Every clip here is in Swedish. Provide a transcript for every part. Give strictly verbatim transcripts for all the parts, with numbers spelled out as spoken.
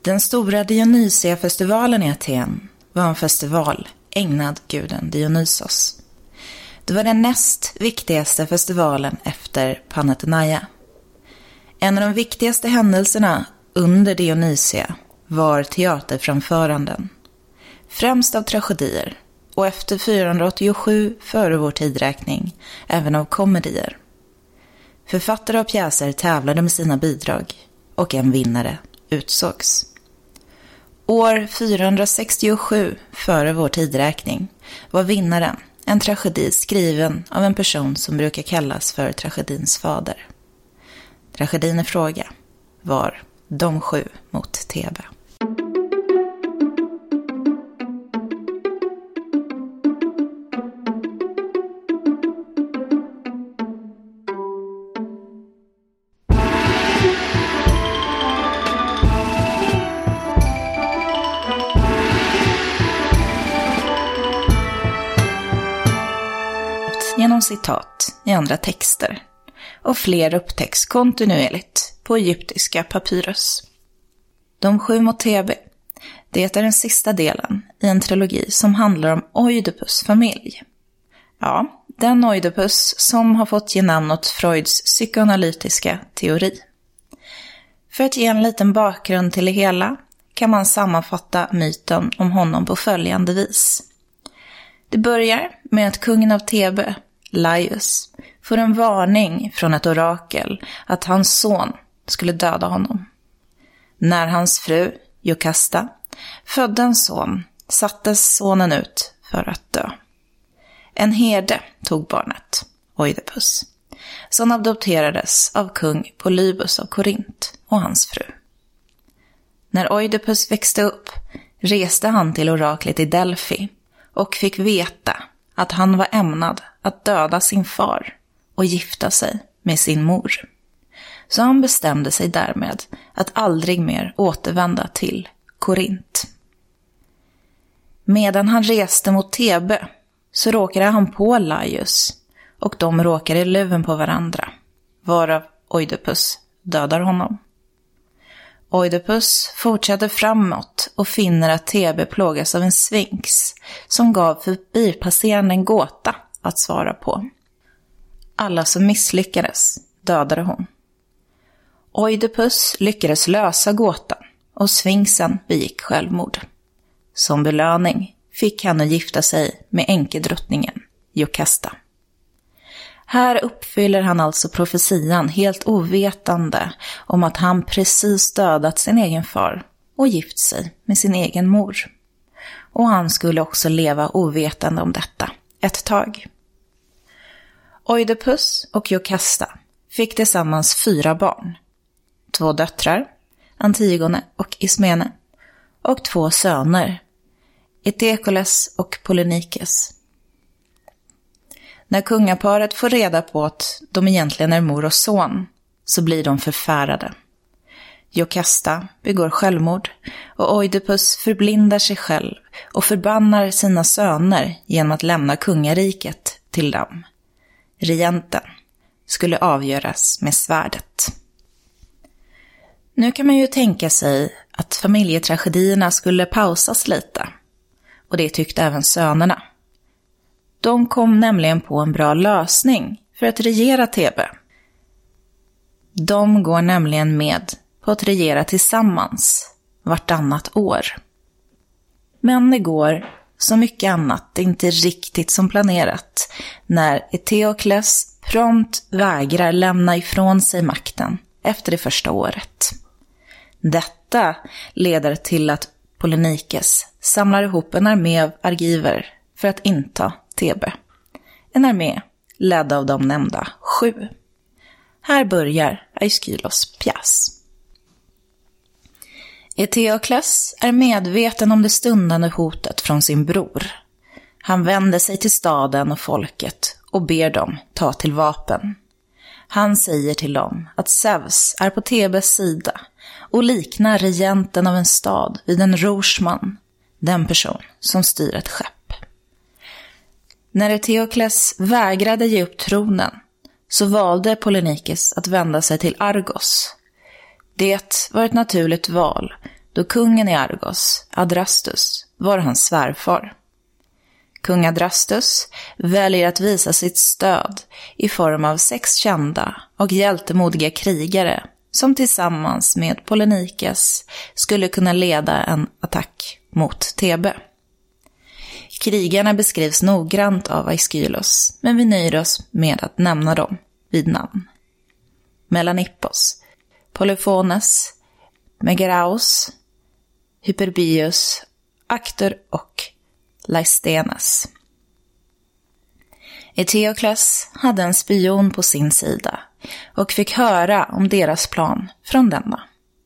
Den stora Dionysia-festivalen i Aten var en festival ägnad guden Dionysos. Det var den näst viktigaste festivalen efter Panathenaia. En av de viktigaste händelserna under Dionysia var teaterframföranden. Främst av tragedier och efter fyrahundraåttiosju före vår tidräkning även av komedier. Författare av pjäser tävlade med sina bidrag och en vinnare utsågs. År fyrahundrasextiosju före vår tidräkning var vinnaren en tragedi skriven av en person som brukar kallas för tragedins fader. Tragedin i fråga var De sju mot Thebe. Genom citat i andra texter och fler upptäcks kontinuerligt på egyptiska papyrus. De sju mot Thebe, det är den sista delen i en trilogi som handlar om Oidipus familj. Ja, den Oidipus som har fått ge namn åt Freuds psykoanalytiska teori. För att ge en liten bakgrund till det hela kan man sammanfatta myten om honom på följande vis. Det börjar med att kungen av Thebe, Laius, får en varning från ett orakel att hans son skulle döda honom. När hans fru, Jokasta, födde en son sattes sonen ut för att dö. En herde tog barnet, Oidipus, som adopterades av kung Polybus av Korint och hans fru. När Oidipus växte upp reste han till oraklet i Delphi och fick veta att han var ämnad att döda sin far och gifta sig med sin mor. Så han bestämde sig därmed att aldrig mer återvända till Korint. Medan han reste mot Thebe så råkade han på Laius och de råkade i luven på varandra, varav Oidipus dödar honom. Oidipus fortsätter framåt och finner att Thebe plågas av en sphinx som gav förbipasserande en gåta att svara på. Alla som misslyckades dödade hon. Oidipus lyckades lösa gåtan och sphinxen begick självmord. Som belöning fick han att gifta sig med enkedrottningen Jokasta. Här uppfyller han alltså profetian helt ovetande om att han precis dödat sin egen far och gift sig med sin egen mor. Och han skulle också leva ovetande om detta ett tag. Oidipus och Jokasta fick tillsammans fyra barn. Två döttrar, Antigone och Ismene, och två söner, Etekoles och Polynikes. När kungaparet får reda på att de egentligen är mor och son så blir de förfärade. Jokasta begår självmord och Oidipus förblindar sig själv och förbannar sina söner genom att lämna kungariket till dem. Regenten skulle avgöras med svärdet. Nu kan man ju tänka sig att familjetragedierna skulle pausas lite, och det tyckte även sönerna. De kom nämligen på en bra lösning för att regera Thebe. De går nämligen med på att regera tillsammans vartannat år. Men det går, som mycket annat, inte riktigt som planerat när Eteokles prompt vägrar lämna ifrån sig makten efter det första året. Detta leder till att Polynikes samlar ihop en armé av argiver för att inta Thebe. En armé ledd av de nämnda sju. Här börjar Aeschylos pjäs. Eteokles är medveten om det stundande hotet från sin bror. Han vänder sig till staden och folket och ber dem ta till vapen. Han säger till dem att Zeus är på Thebes sida och liknar regenten av en stad vid en rorsman, den person som styr ett skepp. När Eteokles vägrade ge upp tronen så valde Polynikes att vända sig till Argos. Det var ett naturligt val då kungen i Argos, Adrastus, var hans svärfar. Kung Adrastus väljer att visa sitt stöd i form av sex kända och hjältemodiga krigare som tillsammans med Polynikes skulle kunna leda en attack mot Thebe. Krigarna beskrivs noggrant av Aeschylus, men vi nöjer oss med att nämna dem vid namn. Melanippos, Polyphones, Megaraos, Hyperbius, Actor och Leistenes. Eteokles hade en spion på sin sida och fick höra om deras plan från denna.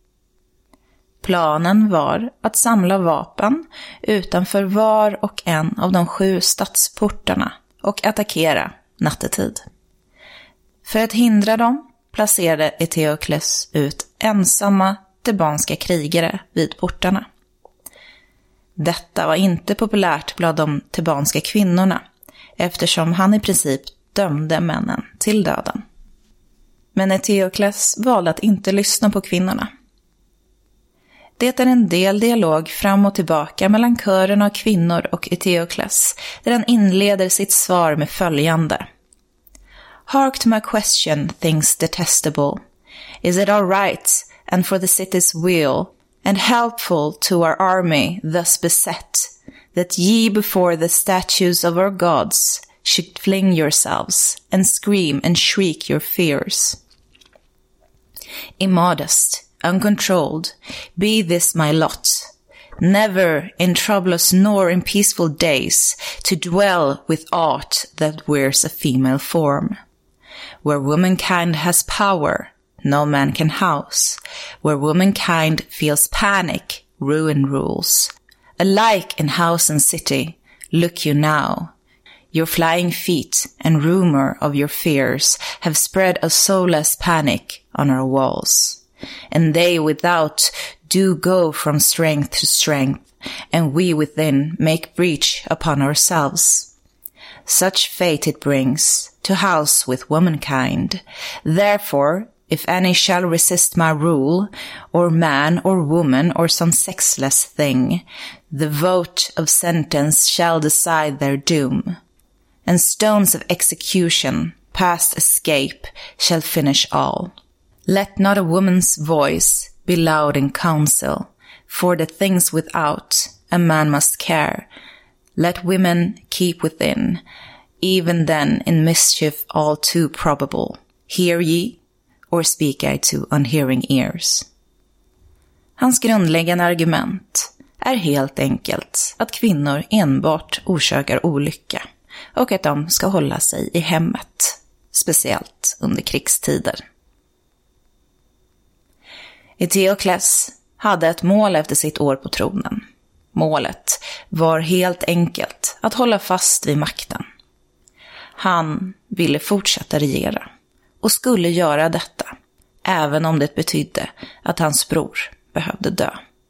Planen var att samla vapen utanför var och en av de sju stadsportarna och attackera nattetid. För att hindra dem placerade Eteokles ut ensamma thebanska krigare vid portarna. Detta var inte populärt bland de thebanska kvinnorna, eftersom han i princip dömde männen till döden. Men Eteokles valde att inte lyssna på kvinnorna. Det är en del dialog fram och tillbaka mellan kören av kvinnor och Eteokles, där han inleder sitt svar med följande. Hark to my question, things detestable. Is it all right, and for the city's weal, and helpful to our army thus beset, that ye before the statues of our gods should fling yourselves, and scream and shriek your fears? Immodest, uncontrolled, be this my lot, never in troublous nor in peaceful days to dwell with aught that wears a female form. Where womankind has power, no man can house. Where womankind feels panic, ruin rules. Alike in house and city, look you now. Your flying feet and rumor of your fears have spread a soulless panic on our walls. And they without do go from strength to strength, and we within make breach upon ourselves. Such fate it brings to house with womankind. Therefore, if any shall resist my rule, or man or woman or some sexless thing, the vote of sentence shall decide their doom. And stones of execution, past escape, shall finish all. Let not a woman's voice be loud in council, for the things without a man must care. Let women keep within, even then in mischief all too probable. Hear ye, or speak I to unhearing ears? Hans grundläggande argument är helt enkelt att kvinnor enbart orsakar olycka och att de ska hålla sig i hemmet, speciellt under krigstider. Eteokles hade ett mål efter sitt år på tronen. Målet var helt enkelt att hålla fast vid makten. Han ville fortsätta regera och skulle göra detta, även om det betydde att hans bror behövde dö.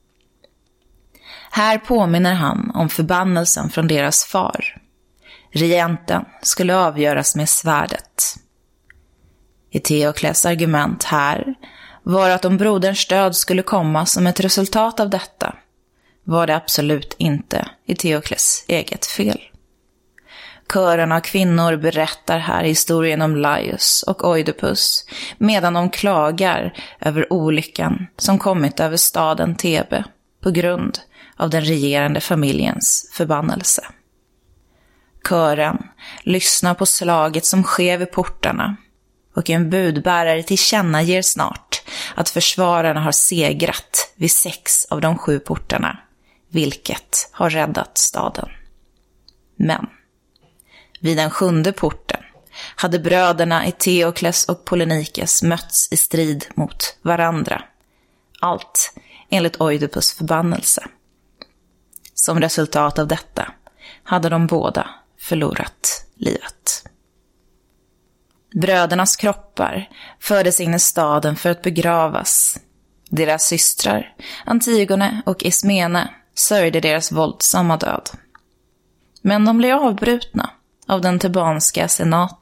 Här påminner han om förbannelsen från deras far. Regenten skulle avgöras med svärdet. Eteokles argument här var att om broderns död skulle komma som ett resultat av detta, var det absolut inte Eteokles eget fel. Kören av kvinnor berättar här historien om Laius och Oidipus, medan de klagar över olyckan som kommit över staden Thebe på grund av den regerande familjens förbannelse. Kören lyssnar på slaget som sker vid portarna, och en budbärare tillkännager snart att försvararna har segrat vid sex av de sju portarna, vilket har räddat staden. Men vid den sjunde porten hade bröderna Eteokles och Polynikes mötts i strid mot varandra. Allt enligt Oidipus förbannelse. Som resultat av detta hade de båda förlorat livet. Brödernas kroppar fördes in i staden för att begravas. Deras systrar, Antigone och Ismene, sörjde deras våldsamma död. Men de blev avbrutna av den thebanska senaten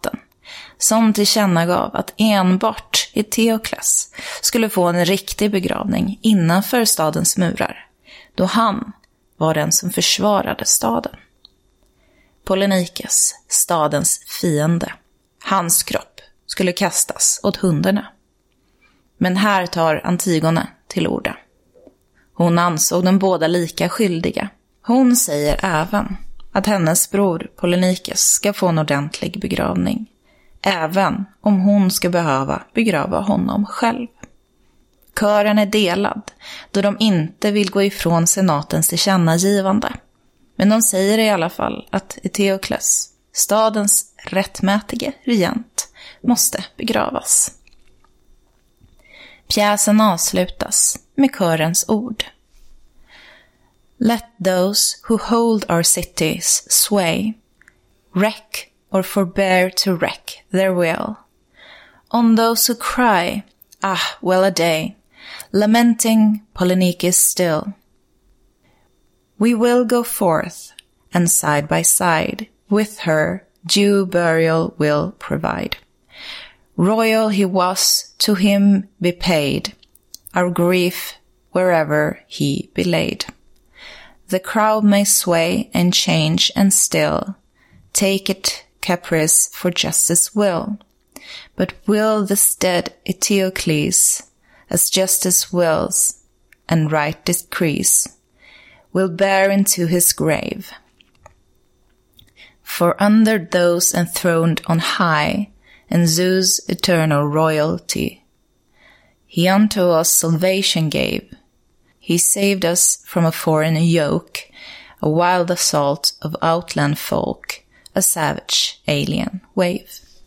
som tillkännagav att enbart Eteokles skulle få en riktig begravning innanför stadens murar, då han var den som försvarade staden. Polynikes, stadens fiende, hans kropp skulle kastas åt hundarna. Men här tar Antigone till orda. Hon ansåg dem båda lika skyldiga. Hon säger även att hennes bror Polynikes ska få en ordentlig begravning, även om hon ska behöva begrava honom själv. Kören är delad då de inte vill gå ifrån senatens tillkännagivande. Men de säger i alla fall att Eteokles, stadens rättmätige regent, måste begravas. Pjäsen avslutas med körens ord. Let those who hold our cities sway, wreck or forbear to wreck their will. On those who cry, ah, well a day, lamenting Polynikes still. We will go forth, and side by side with her due burial will provide. Royal he was, to him be paid, our grief wherever he be laid. The crowd may sway and change and still take it caprice for justice will. But will this dead Eteocles, as justice wills and right decrees, will bear into his grave. For under those enthroned on high, and Zeus' eternal royalty, he unto us salvation gave. He saved us from a foreign yoke, a wild assault of outland folk, a savage alien wave.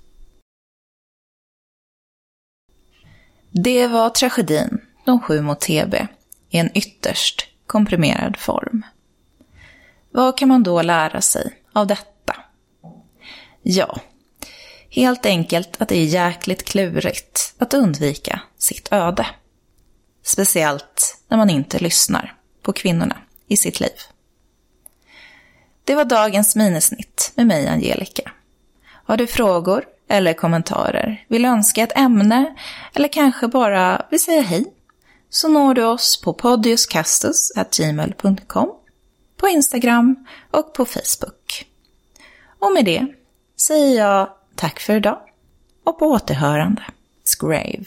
Det var tragedin De sju mot Thebe i en ytterst komprimerad form. Vad kan man då lära sig av detta? Ja, helt enkelt att det är jäkligt klurigt att undvika sitt öde. Speciellt när man inte lyssnar på kvinnorna i sitt liv. Det var dagens minisnitt med mig, Angelica. Har du frågor eller kommentarer, vill önska ett ämne eller kanske bara vill säga hej, så når du oss på podiuscastus at gmail punkt com, på Instagram och på Facebook. Och med det säger jag tack för idag och på återhörande. Grave.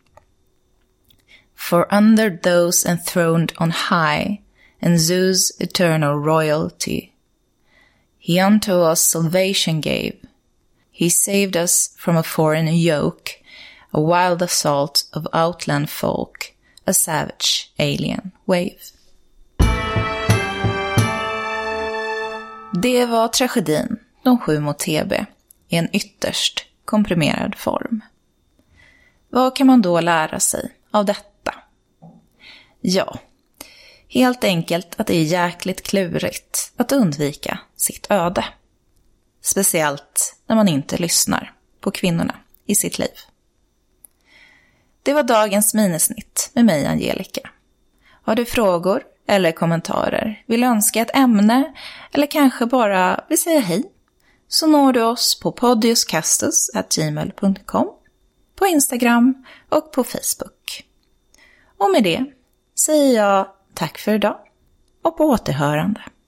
For under those enthroned on high, and Zeus' eternal royalty, he unto us salvation gave. He saved us from a foreign yoke, a wild assault of outland folk, a savage alien wave. Det var tragedin De sju mot Thebe i en ytterst komprimerad form. Vad kan man då lära sig av detta? Ja, helt enkelt att det är jäkligt klurigt att undvika sitt öde. Speciellt när man inte lyssnar på kvinnorna i sitt liv. Det var dagens minisnitt med mig, Angelica. Har du frågor eller kommentarer, vill önska ett ämne eller kanske bara vill säga hej, så når du oss på podiuscastus at gmail punkt com, på Instagram och på Facebook. Och med det säger jag tack för idag och på återhörande.